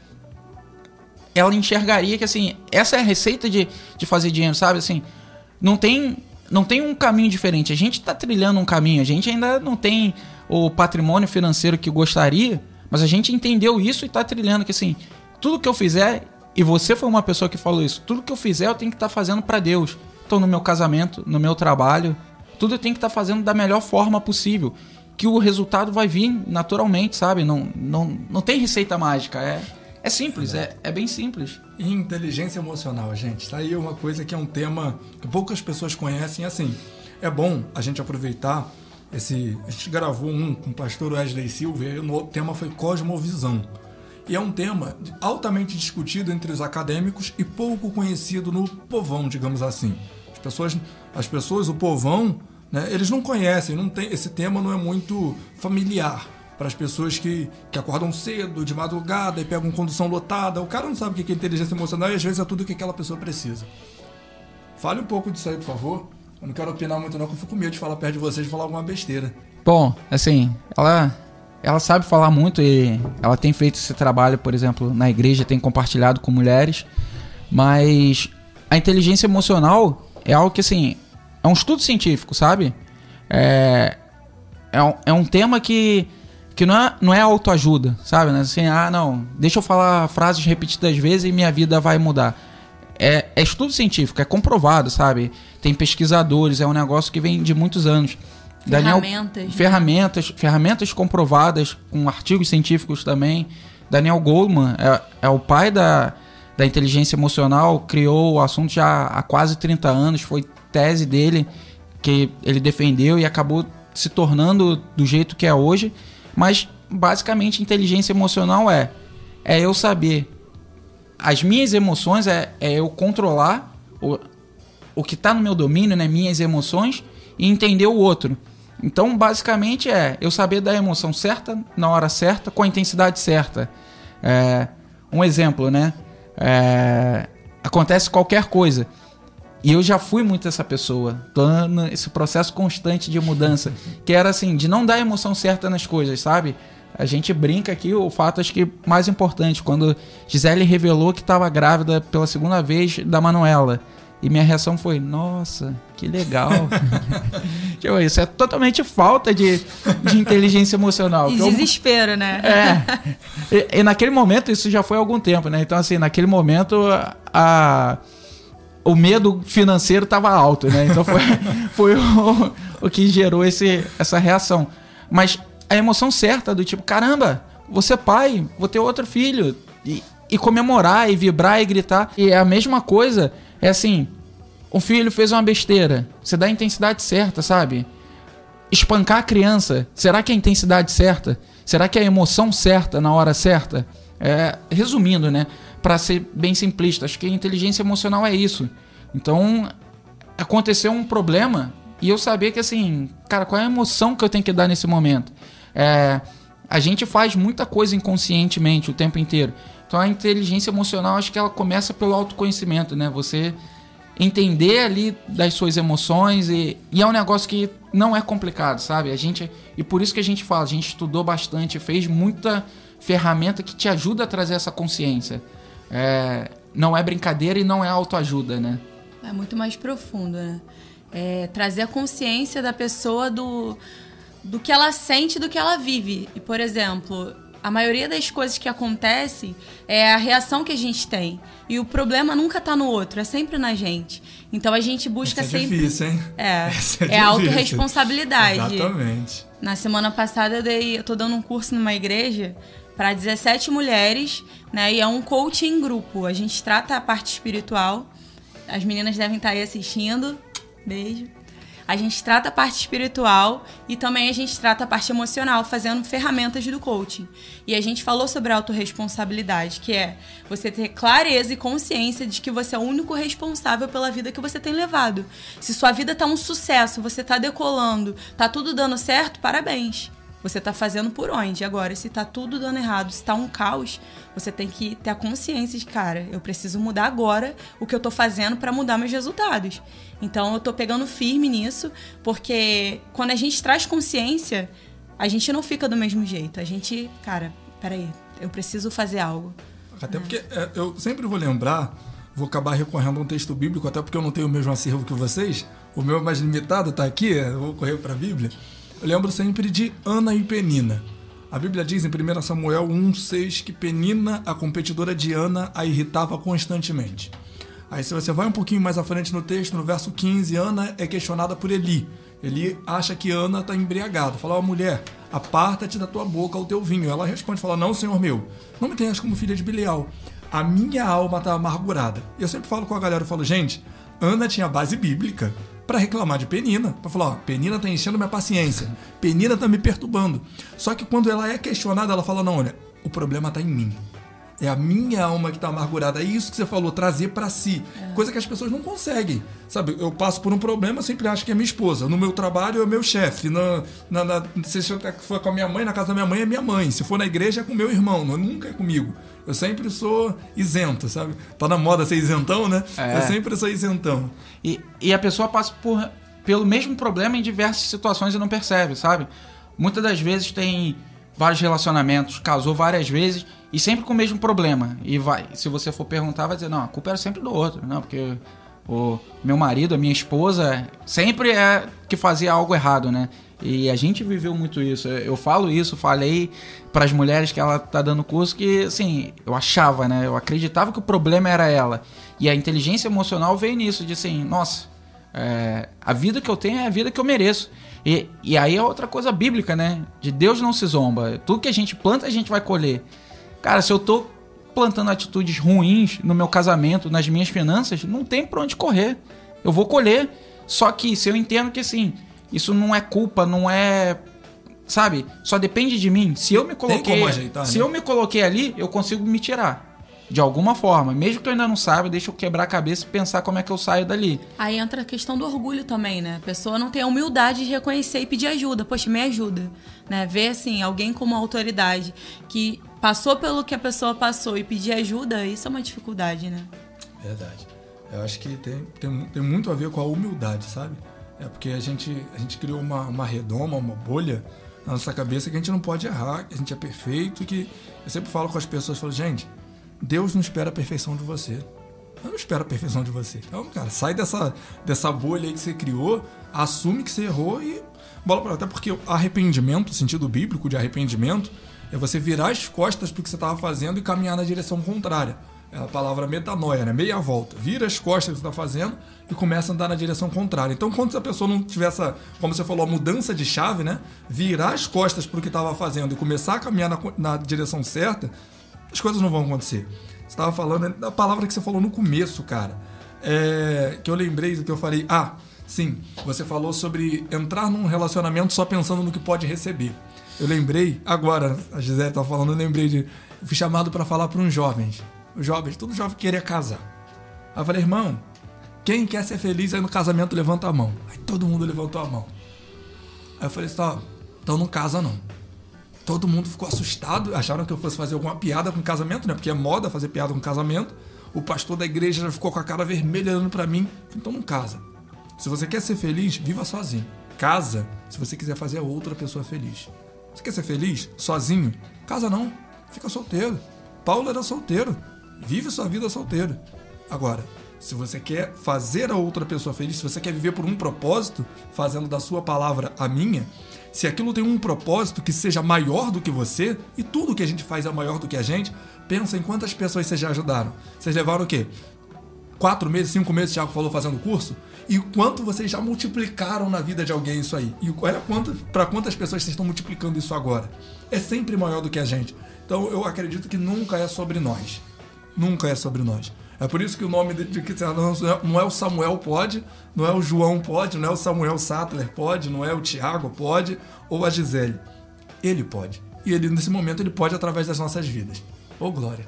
ela enxergaria que, assim, essa é a receita de, de fazer dinheiro, sabe? Assim, não tem... Não tem um caminho diferente. A gente está trilhando um caminho. A gente ainda não tem o patrimônio financeiro que gostaria, mas a gente entendeu isso e está trilhando que, assim, tudo que eu fizer, e você foi uma pessoa que falou isso, tudo que eu fizer eu tenho que estar tá fazendo para Deus. Então, no meu casamento, no meu trabalho, tudo eu tenho que estar tá fazendo da melhor forma possível, que o resultado vai vir naturalmente, sabe? Não, não, não tem receita mágica. É, é simples, é, é bem simples. E inteligência emocional, gente. Tá aí uma coisa que é um tema que poucas pessoas conhecem. Assim, é bom a gente aproveitar esse... A gente gravou um com o pastor Wesley Silva e o tema foi cosmovisão. E é um tema altamente discutido entre os acadêmicos e pouco conhecido no povão, digamos assim. As pessoas, as pessoas o povão, né, eles não conhecem, não tem, esse tema não é muito familiar para as pessoas que, que acordam cedo, de madrugada, e pegam condução lotada. O cara não sabe o que é inteligência emocional e às vezes é tudo o que aquela pessoa precisa. Fale um pouco disso aí, por favor. Eu não quero opinar muito não, porque eu fico com medo de falar perto de vocês e falar alguma besteira. Bom, assim, ela, ela sabe falar muito e ela tem feito esse trabalho, por exemplo, na igreja, tem compartilhado com mulheres, mas a inteligência emocional é algo que, assim, é um estudo científico, sabe? É, é, um, é um tema que... que não é, não é autoajuda, sabe? Assim, ah, não, deixa eu falar frases repetidas vezes e minha vida vai mudar. É, é estudo científico, é comprovado, sabe? Tem pesquisadores, é um negócio que vem de muitos anos. Ferramentas. Daniel, ferramentas, ferramentas comprovadas, com artigos científicos também. Daniel Goleman é, é o pai da, da inteligência emocional, criou o assunto já há quase trinta anos, foi tese dele que ele defendeu e acabou se tornando do jeito que é hoje. Mas basicamente inteligência emocional é, é eu saber as minhas emoções, é, é eu controlar o, o que está no meu domínio, né, minhas emoções, e entender o outro. Então, basicamente, é eu saber da emoção certa, na hora certa, com a intensidade certa. É, um exemplo, né? É, acontece qualquer coisa. E eu já fui muito essa pessoa. Tô nesse processo constante de mudança. Que era assim, de não dar a emoção certa nas coisas, sabe? A gente brinca aqui, o fato acho que mais importante, quando Gisele revelou que estava grávida pela segunda vez da Manuela. E minha reação foi, nossa, que legal. Tipo, isso é totalmente falta de, de inteligência emocional. E desespero, eu, né? É. E, e naquele momento, isso já foi há algum tempo, né? Então, assim, naquele momento, a, o medo financeiro estava alto, né? Então, foi, foi o, o que gerou esse, essa reação. Mas a emoção certa do tipo, caramba, vou ser pai, vou ter outro filho. E, e comemorar, e vibrar, e gritar. E é a mesma coisa... É assim, um filho fez uma besteira, você dá a intensidade certa, sabe? Espancar a criança, será que é a intensidade certa? Será que é a emoção certa na hora certa? É, resumindo, né? Para ser bem simplista, acho que a inteligência emocional é isso. Então, aconteceu um problema e eu saber que assim, cara, qual é a emoção que eu tenho que dar nesse momento? É, a gente faz muita coisa inconscientemente o tempo inteiro. Então a inteligência emocional, acho que ela começa pelo autoconhecimento, né? Você entender ali das suas emoções e, e é um negócio que não é complicado, sabe? A gente, e por isso que a gente fala, a gente estudou bastante, fez muita ferramenta que te ajuda a trazer essa consciência. É, não é brincadeira e não é autoajuda, né? É muito mais profundo, né? É trazer a consciência da pessoa do, do que ela sente, do que ela vive. E, por exemplo... A maioria das coisas que acontecem é a reação que a gente tem. E o problema nunca tá no outro, é sempre na gente. Então a gente busca Essa é sempre... difícil, hein? É, Essa é, é a autorresponsabilidade. Exatamente. Na semana passada eu, dei, eu tô dando um curso numa igreja para dezessete mulheres, né? E é um coaching em grupo. A gente trata a parte espiritual. As meninas devem estar aí assistindo. Beijo. A gente trata a parte espiritual e também a gente trata a parte emocional, fazendo ferramentas do coaching. E a gente falou sobre a autorresponsabilidade, que é você ter clareza e consciência de que você é o único responsável pela vida que você tem levado. Se sua vida tá um sucesso, você tá decolando, tá tudo dando certo, parabéns. Você tá fazendo por onde? Agora, se tá tudo dando errado, se tá um caos, você tem que ter a consciência de, cara, eu preciso mudar agora o que eu tô fazendo para mudar meus resultados. Então, eu tô pegando firme nisso, porque quando a gente traz consciência, a gente não fica do mesmo jeito. A gente, cara, peraí, eu preciso fazer algo. Até porque é, eu sempre vou lembrar, vou acabar recorrendo a um texto bíblico, até porque eu não tenho o mesmo acervo que vocês, o meu é mais limitado, tá aqui, eu vou correr para a Bíblia. Eu lembro sempre de Ana e Penina. A Bíblia diz em primeiro Samuel um, seis que Penina, a competidora de Ana, a irritava constantemente. Aí se você vai um pouquinho mais à frente no texto, no verso quinze, Ana é questionada por Eli. Eli acha que Ana está embriagada. Fala, ó, mulher, aparta-te da tua boca o teu vinho. Ela responde, fala, não, senhor meu, não me tenhas como filha de Belial. A minha alma está amargurada. E eu sempre falo com a galera, eu falo, gente, Ana tinha base bíblica para reclamar de Penina, para falar, ó, Penina tá enchendo minha paciência, Penina tá me perturbando. Só que quando ela é questionada, ela fala, não, olha, o problema tá em mim. É a minha alma que tá amargurada. É isso que você falou, trazer para si. É. Coisa que as pessoas não conseguem. Sabe, eu passo por um problema, eu sempre acho que é minha esposa. No meu trabalho é o meu chefe. Na, na, na, se for com a minha mãe, na casa da minha mãe é minha mãe. Se for na igreja é com o meu irmão, não, nunca é comigo. Eu sempre sou isento, sabe? Tá na moda ser isentão, né? É. Eu sempre sou isentão. E, e a pessoa passa por, pelo mesmo problema em diversas situações e não percebe, sabe? Muitas das vezes tem vários relacionamentos, casou várias vezes e sempre com o mesmo problema. E vai, se você for perguntar, vai dizer, não, a culpa era sempre do outro. Não, porque o meu marido, a minha esposa, sempre é que fazia algo errado, né? E a gente viveu muito isso. Eu falo isso, falei para as mulheres que ela tá dando curso que, assim, eu achava, né? Eu acreditava que o problema era ela. E a inteligência emocional veio nisso, de assim, nossa, é, a vida que eu tenho é a vida que eu mereço. E, e aí é outra coisa bíblica, né? De Deus não se zomba. Tudo que a gente planta, a gente vai colher. Cara, se eu tô plantando atitudes ruins no meu casamento, nas minhas finanças, não tem pra onde correr. Eu vou colher. Só que se eu entendo que, assim, isso não é culpa, não é... Sabe? Só depende de mim. Se eu me coloquei... Tem como ajeitar, se né? eu me coloquei ali, eu consigo me tirar. De alguma forma. Mesmo que eu ainda não saiba, deixa eu quebrar a cabeça e pensar como é que eu saio dali. Aí entra a questão do orgulho também, né? A pessoa não tem a humildade de reconhecer e pedir ajuda. Poxa, me ajuda. Né? Ver, assim, alguém como autoridade que passou pelo que a pessoa passou e pedir ajuda, isso é uma dificuldade, né? Verdade. Eu acho que tem, tem, tem muito a ver com a humildade, sabe? É porque a gente, a gente criou uma, uma redoma, uma bolha na nossa cabeça que a gente não pode errar, que a gente é perfeito, que eu sempre falo com as pessoas, falo, gente, Deus não espera a perfeição de você. Eu não espero a perfeição de você. Então, cara, sai dessa, dessa bolha aí que você criou, assume que você errou e bola pra lá. Até porque arrependimento, o sentido bíblico de arrependimento, é você virar as costas pro que você estava fazendo e caminhar na direção contrária. É a palavra metanoia, né? Meia volta. Vira as costas do que você está fazendo e começa a andar na direção contrária. Então, quando a pessoa não tiver essa, como você falou, a mudança de chave, né? Virar as costas pro que estava fazendo e começar a caminhar na, na direção certa, as coisas não vão acontecer. Você estava falando da palavra que você falou no começo, cara. É, que eu lembrei do que eu falei. Ah, sim. Você falou sobre entrar num relacionamento só pensando no que pode receber. Eu lembrei, agora, a Gisele estava falando, eu lembrei de... Eu fui chamado para falar para uns jovens. Os jovens, todo jovem queria casar. Aí eu falei, irmão, quem quer ser feliz aí no casamento, levanta a mão. Aí todo mundo levantou a mão. Aí eu falei, tá, então não casa não. Todo mundo ficou assustado, acharam que eu fosse fazer alguma piada com casamento, né? Porque é moda fazer piada com casamento. O pastor da igreja já ficou com a cara vermelha olhando pra mim. Então não casa. Se você quer ser feliz, viva sozinho. Casa se você quiser fazer a outra pessoa feliz. Você quer ser feliz sozinho? Casa não. Fica solteiro. Paulo era solteiro. Vive sua vida solteiro. Agora, se você quer fazer a outra pessoa feliz, se você quer viver por um propósito, fazendo da sua palavra a minha, se aquilo tem um propósito que seja maior do que você, e tudo que a gente faz é maior do que a gente, pensa em quantas pessoas vocês já ajudaram. Vocês levaram o quê? Quatro meses, cinco meses, o Thiago falou, fazendo curso? E quanto vocês já multiplicaram na vida de alguém isso aí? E olha quanto, para quantas pessoas vocês estão multiplicando isso agora. É sempre maior do que a gente. Então eu acredito que nunca é sobre nós. Nunca é sobre nós. É por isso que o nome de, de que não é o Samuel pode, não é o João pode, não é o Samuel Sattler pode, não é o Thiago pode, ou a Gisele. Ele pode. E ele, nesse momento, ele pode através das nossas vidas. Ô, glória.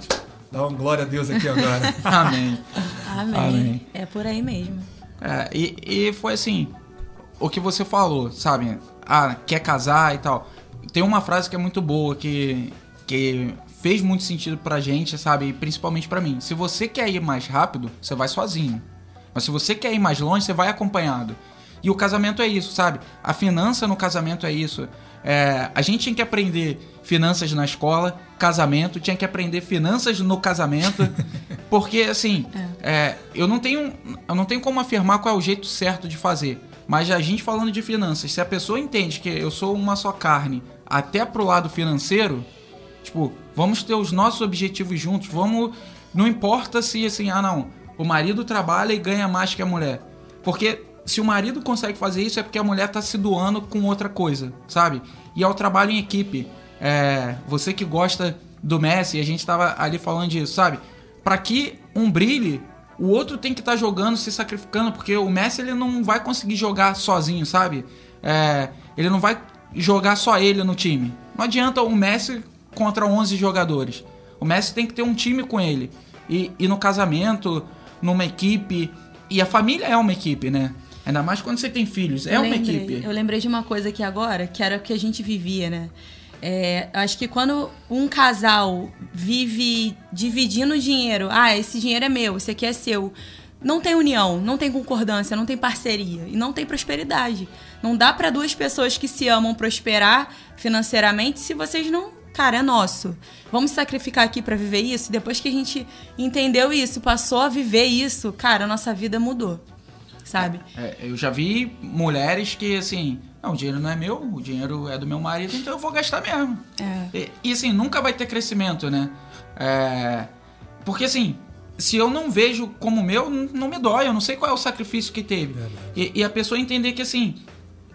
Dá uma glória a Deus aqui agora. Amém. Amém. Amém. É por aí mesmo. É, e, e foi assim, o que você falou, sabe? Ah, quer casar e tal. Tem uma frase que é muito boa, que... que fez muito sentido pra gente, sabe? E principalmente pra mim. Se você quer ir mais rápido, você vai sozinho. Mas se você quer ir mais longe, você vai acompanhado. E o casamento é isso, sabe? A finança no casamento é isso. É, a gente tinha que aprender finanças na escola, casamento, tinha que aprender finanças no casamento. Porque, assim, é. É, eu, não tenho, eu não tenho como afirmar qual é o jeito certo de fazer. Mas a gente falando de finanças, se a pessoa entende que eu sou uma só carne, até pro lado financeiro... Tipo, vamos ter os nossos objetivos juntos, vamos... Não importa se, assim, ah, não, o marido trabalha e ganha mais que a mulher. Porque se o marido consegue fazer isso é porque a mulher tá se doando com outra coisa, sabe? E é o trabalho em equipe. É, você que gosta do Messi, a gente tava ali falando disso, sabe? Pra que um brilhe, o outro tem que estar tá jogando, se sacrificando, porque o Messi, ele não vai conseguir jogar sozinho, sabe? É, ele não vai jogar só ele no time. Não adianta o Messi... contra onze jogadores. O Messi tem que ter um time com ele. E, e no casamento, numa equipe... E a família é uma equipe, né? Ainda mais quando você tem filhos. É eu uma lembrei, equipe. Eu lembrei de uma coisa aqui agora, que era o que a gente vivia, né? É, acho que quando um casal vive dividindo dinheiro... Ah, esse dinheiro é meu, esse aqui é seu... Não tem união, não tem concordância, não tem parceria e não tem prosperidade. Não dá para duas pessoas que se amam prosperar financeiramente se vocês não... Cara, é nosso. Vamos sacrificar aqui pra viver isso? Depois que a gente entendeu isso, passou a viver isso, cara, a nossa vida mudou, sabe? É, eu já vi mulheres que, assim... Não, o dinheiro não é meu, o dinheiro é do meu marido, então eu vou gastar mesmo. É. E, e, assim, nunca vai ter crescimento, né? É, porque, assim, se eu não vejo como meu, não me dói. Eu não sei qual é o sacrifício que teve. E, e a pessoa entender que, assim...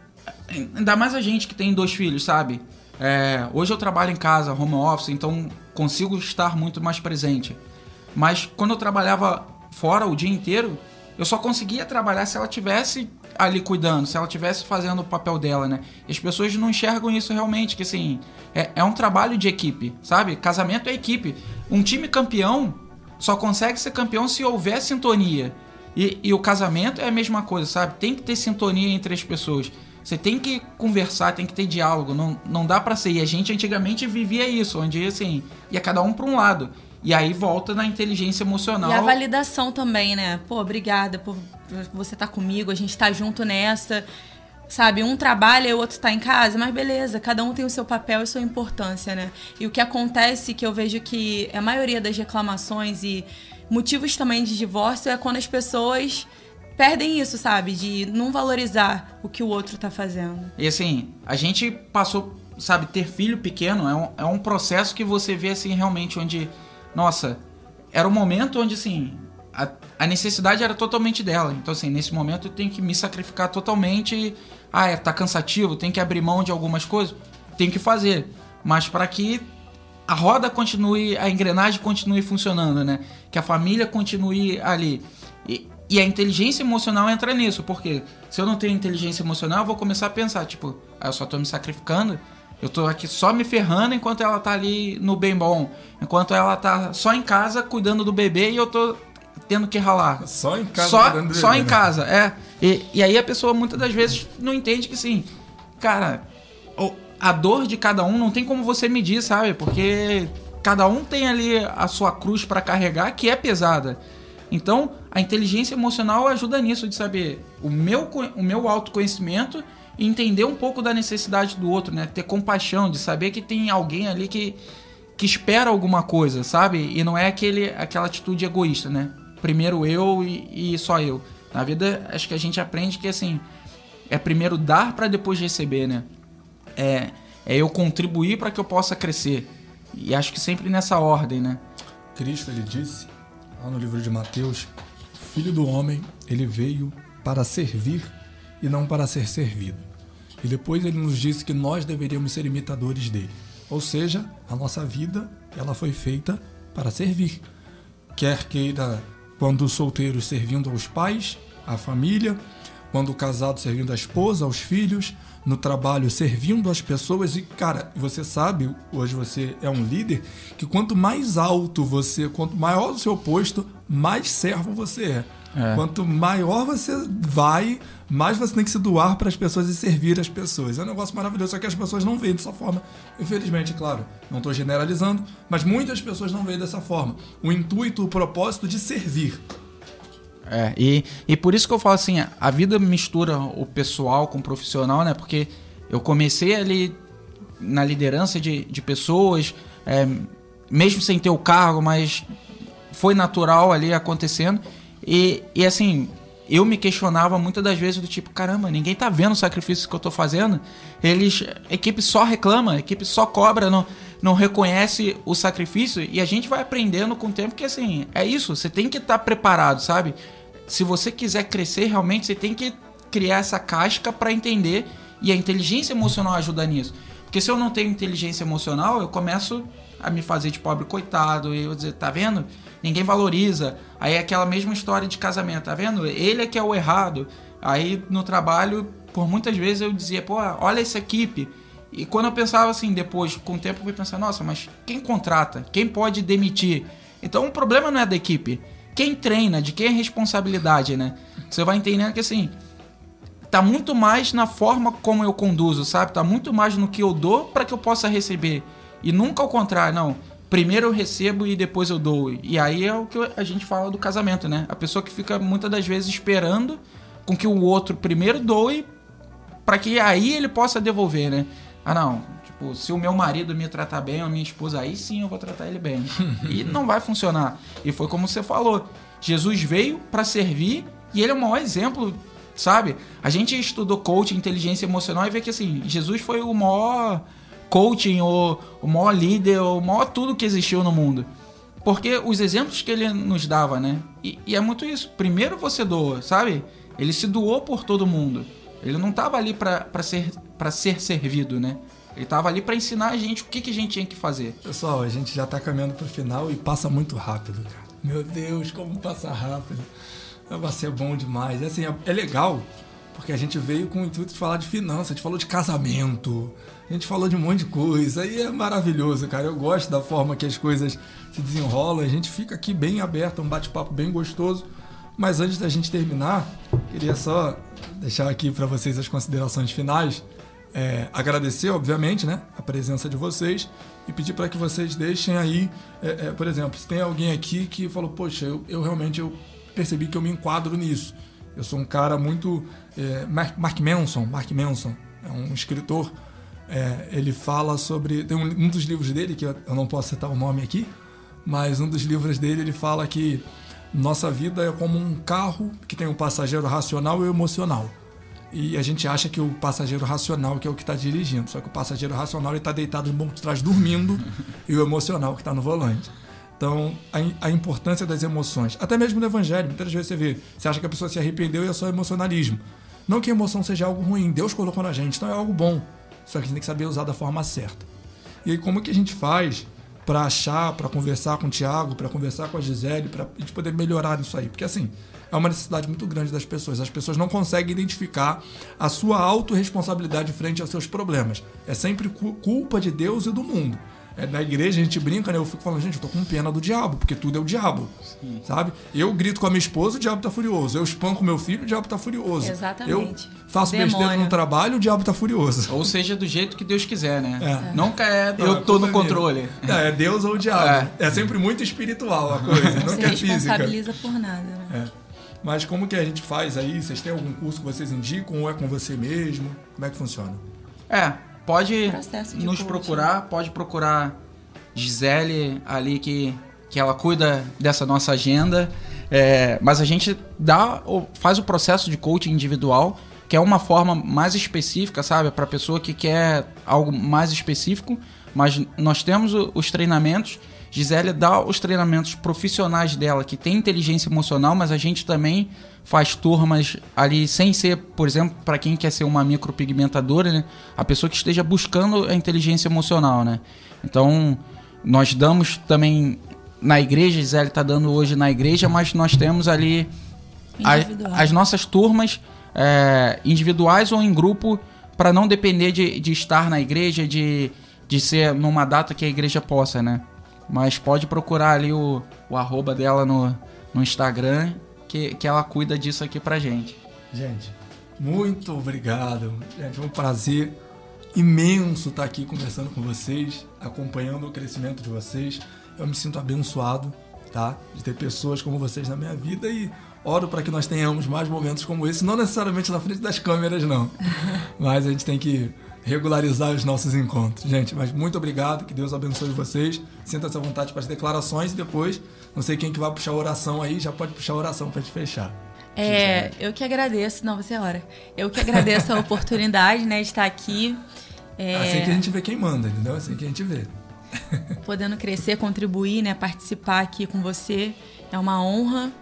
Ainda mais a gente que tem dois filhos, sabe? É, hoje eu trabalho em casa, home office, então consigo estar muito mais presente. Mas quando eu trabalhava fora o dia inteiro, eu só conseguia trabalhar se ela tivesse ali cuidando, se ela tivesse fazendo o papel dela, né? E as pessoas não enxergam isso realmente, que assim, é, é um trabalho de equipe, sabe? Casamento é equipe. Um time campeão só consegue ser campeão se houver sintonia. E, e o casamento é a mesma coisa, sabe? Tem que ter sintonia entre as pessoas. Você tem que conversar, tem que ter diálogo. Não, não dá pra ser. E a gente antigamente vivia isso, onde assim, ia cada um pra um lado. E aí volta na inteligência emocional. E a validação também, né? Pô, obrigada por você estar comigo, a gente tá junto nessa. Sabe, um trabalha e o outro tá em casa, mas beleza, cada um tem o seu papel e sua importância, né? E o que acontece, que eu vejo que a maioria das reclamações e motivos também de divórcio é quando as pessoas perdem isso, sabe? De não valorizar o que o outro tá fazendo. E assim, a gente passou, sabe, ter filho pequeno é um, é um processo que você vê assim realmente onde, nossa, era um momento onde assim, a, a necessidade era totalmente dela. Então assim, nesse momento eu tenho que me sacrificar totalmente. Ah, é, tá cansativo, tem que abrir mão de algumas coisas, tenho que fazer. Mas para que a roda continue, a engrenagem continue funcionando, né? Que a família continue ali. E, e a inteligência emocional entra nisso, porque se eu não tenho inteligência emocional, eu vou começar a pensar, tipo, ah, eu só tô me sacrificando, eu tô aqui só me ferrando enquanto ela tá ali no bem bom, enquanto ela tá só em casa cuidando do bebê e eu tô tendo que ralar. Só em casa só, cuidando do só bebê, em né? casa, é. E, e aí a pessoa muitas das vezes não entende que, assim, cara, a dor de cada um não tem como você medir, sabe? Porque cada um tem ali a sua cruz para carregar, que é pesada. Então, a inteligência emocional ajuda nisso, de saber o meu, o meu autoconhecimento e entender um pouco da necessidade do outro, né? Ter compaixão, de saber que tem alguém ali que, que espera alguma coisa, sabe? E não é aquele, aquela atitude egoísta, né? Primeiro eu e, e só eu. Na vida, acho que a gente aprende que, assim, é primeiro dar para depois receber, né? É, é eu contribuir para que eu possa crescer. E acho que sempre nessa ordem, né? Cristo, ele disse, lá no livro de Mateus, o Filho do Homem, ele veio para servir e não para ser servido. E depois ele nos disse que nós deveríamos ser imitadores dele. Ou seja, a nossa vida, ela foi feita para servir. Quer queira, quando solteiro, servindo aos pais, à família, quando casado, servindo à esposa, aos filhos, no trabalho, servindo as pessoas. E, cara, você sabe, hoje você é um líder, que quanto mais alto você, quanto maior o seu posto, mais servo você é. É. Quanto maior você vai, mais você tem que se doar para as pessoas e servir as pessoas. É um negócio maravilhoso, só que as pessoas não veem dessa forma. Infelizmente, claro, não estou generalizando, mas muitas pessoas não veem dessa forma. O intuito, o propósito de servir. É, e, e por isso que eu falo assim, a vida mistura o pessoal com o profissional, né? Porque eu comecei ali na liderança de, de pessoas, é, mesmo sem ter o cargo, mas foi natural ali acontecendo. E, e assim, eu me questionava muitas das vezes do tipo, caramba, ninguém tá vendo o sacrifício que eu tô fazendo. Eles, a equipe só reclama, a equipe só cobra, não, não reconhece o sacrifício. E a gente vai aprendendo com o tempo que assim, é isso, você tem que estar preparado, sabe? Se você quiser crescer realmente, você tem que criar essa casca para entender, e a inteligência emocional ajuda nisso. Porque se eu não tenho inteligência emocional, eu começo a me fazer de pobre coitado, e eu dizer, tá vendo? Ninguém valoriza. Aí é aquela mesma história de casamento, tá vendo? Ele é que é o errado. Aí no trabalho, por muitas vezes eu dizia, pô, olha essa equipe. E quando eu pensava assim, depois, com o tempo eu fui pensar, nossa, mas quem contrata? Quem pode demitir? Então o problema não é da equipe. Quem treina, de quem é a responsabilidade, né? Você vai entendendo que assim, tá muito mais na forma como eu conduzo, sabe? Tá muito mais no que eu dou para que eu possa receber. E nunca ao contrário, não. Primeiro eu recebo e depois eu dou. E aí é o que a gente fala do casamento, né? A pessoa que fica muitas das vezes esperando com que o outro primeiro doe para que aí ele possa devolver, né? Ah, não. Tipo, se o meu marido me tratar bem, ou a minha esposa, aí sim eu vou tratar ele bem. E não vai funcionar. E foi como você falou. Jesus veio para servir e ele é o maior exemplo, sabe? A gente estudou coaching, inteligência emocional e vê que assim, Jesus foi o maior coaching, o, o maior líder, o maior tudo que existiu no mundo. Porque os exemplos que ele nos dava, né? E, e é muito isso. Primeiro você doa, sabe? Ele se doou por todo mundo. Ele não estava ali para ser, para ser servido, né? Ele estava ali para ensinar a gente o que, que a gente tinha que fazer. Pessoal, a gente já está caminhando para o final e passa muito rápido, cara. Meu Deus, como passa rápido. Vai ser bom demais. E, assim, é, é legal, porque a gente veio com o intuito de falar de finanças, a gente falou de casamento, a gente falou de um monte de coisa. Aí é maravilhoso, cara. Eu gosto da forma que as coisas se desenrolam. A gente fica aqui bem aberto, um bate-papo bem gostoso. Mas antes da gente terminar, queria só deixar aqui para vocês as considerações finais. É, agradecer, obviamente, né, a presença de vocês e pedir para que vocês deixem aí, é, é, por exemplo, se tem alguém aqui que falou, poxa, eu, eu realmente eu percebi que eu me enquadro nisso. Eu sou um cara muito... É, Mark, Mark Manson, Mark Manson é um escritor, é, ele fala sobre... Tem um, um dos livros dele, que eu, eu não posso citar o nome aqui, mas um dos livros dele, ele fala que nossa vida é como um carro que tem um passageiro racional e o emocional. E a gente acha que o passageiro racional que é o que está dirigindo. Só que o passageiro racional está deitado no banco de trás dormindo e o emocional que está no volante. Então, a, a importância das emoções. Até mesmo no evangelho. Muitas vezes você vê, você acha que a pessoa se arrependeu e é só emocionalismo. Não que a emoção seja algo ruim. Deus colocou na gente, então é algo bom. Só que a gente tem que saber usar da forma certa. E aí, como que a gente faz para achar, para conversar com o Thiago, para conversar com a Gisele, para a gente poder melhorar isso aí? Porque assim... é uma necessidade muito grande das pessoas. As pessoas não conseguem identificar a sua autorresponsabilidade frente aos seus problemas. É sempre culpa de Deus e do mundo. É, na igreja a gente brinca, né? Eu fico falando, gente, eu tô com pena do diabo, porque tudo é o diabo. Sim. Sabe? Eu grito com a minha esposa, o diabo tá furioso. Eu espanco meu filho, o diabo tá furioso. Exatamente. Eu faço Demônio. besteira no trabalho, o diabo tá furioso. Ou seja, do jeito que Deus quiser, né? É. Nunca é, eu tô no controle. É, é Deus ou o diabo. É, é sempre muito espiritual a coisa, não, não se que é física. responsabiliza por nada, né? É. Mas como que a gente faz aí? Vocês têm algum curso que vocês indicam ou é com você mesmo? Como é que funciona? É, pode nos coaching. procurar, pode procurar Gisele ali que, que ela cuida dessa nossa agenda. É, mas a gente dá, faz o processo de coaching individual, que é uma forma mais específica, sabe? Para a pessoa que quer algo mais específico. Mas nós temos os treinamentos. Gisele dá os treinamentos profissionais dela, que tem inteligência emocional, mas a gente também faz turmas ali, sem ser, por exemplo, para quem quer ser uma micropigmentadora, né? A pessoa que esteja buscando a inteligência emocional, né? Então, nós damos também na igreja, Gisele está dando hoje na igreja, mas nós temos ali a, as nossas turmas é, individuais ou em grupo, para não depender de, de estar na igreja, de, de ser numa data que a igreja possa, né? Mas pode procurar ali o, o arroba dela no, no Instagram, que, que ela cuida disso aqui pra gente. Gente, muito obrigado. Gente, é um prazer imenso estar aqui conversando com vocês, acompanhando o crescimento de vocês. Eu me sinto abençoado, tá? De ter pessoas como vocês na minha vida e oro para que nós tenhamos mais momentos como esse, não necessariamente na frente das câmeras, não. Mas a gente tem que regularizar os nossos encontros. Gente, mas muito obrigado, que Deus abençoe vocês. Sinta-se à vontade para as declarações e depois, não sei quem que vai puxar a oração aí, já pode puxar a oração para gente fechar. É, eu que agradeço, não, você é hora. Eu que agradeço a oportunidade, né, de estar aqui. É, assim que a gente vê quem manda, entendeu? Assim que a gente vê. Podendo crescer, contribuir, né, participar aqui com você, é uma honra.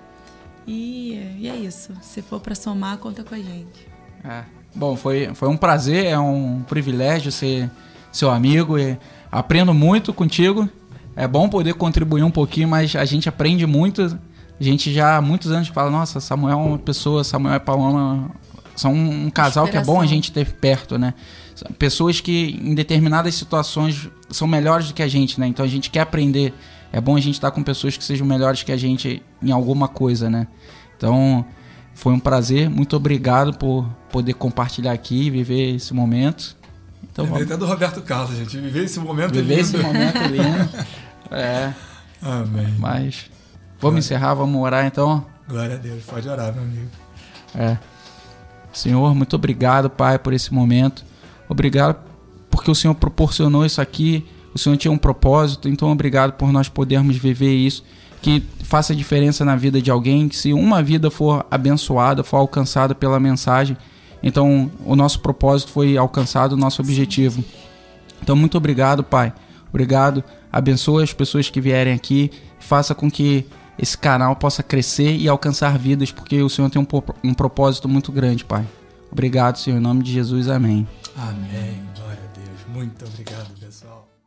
E, e é isso. Se for para somar, conta com a gente. É. Bom, foi, foi um prazer, é um privilégio ser seu amigo e aprendo muito contigo. É bom poder contribuir um pouquinho, mas a gente aprende muito. A gente já há muitos anos fala, nossa, Samuel é uma pessoa, Samuel e Paloma são um, um casal que é bom a gente ter perto, né? Pessoas que em determinadas situações são melhores do que a gente, né? Então a gente quer aprender. É bom a gente estar com pessoas que sejam melhores que a gente em alguma coisa, né? Então... foi um prazer, muito obrigado por poder compartilhar aqui, viver esse momento. Então, vamos... até do Roberto Carlos, gente, viver esse momento viver lindo. esse momento lindo. É. Amém. Mas vamos Glória. encerrar, vamos orar então. Glória a Deus, pode orar, meu amigo. É. Senhor, muito obrigado, Pai, por esse momento. Obrigado porque o Senhor proporcionou isso aqui, o Senhor tinha um propósito, então obrigado por nós podermos viver isso. Que faça diferença na vida de alguém, que se uma vida for abençoada, for alcançada pela mensagem, então o nosso propósito foi alcançado, o nosso objetivo. Então muito obrigado, Pai. Obrigado, abençoe as pessoas que vierem aqui, faça com que esse canal possa crescer e alcançar vidas, porque o Senhor tem um, um propósito muito grande, Pai. Obrigado, Senhor, em nome de Jesus, amém. Amém, glória a Deus. Muito Muito obrigado, pessoal.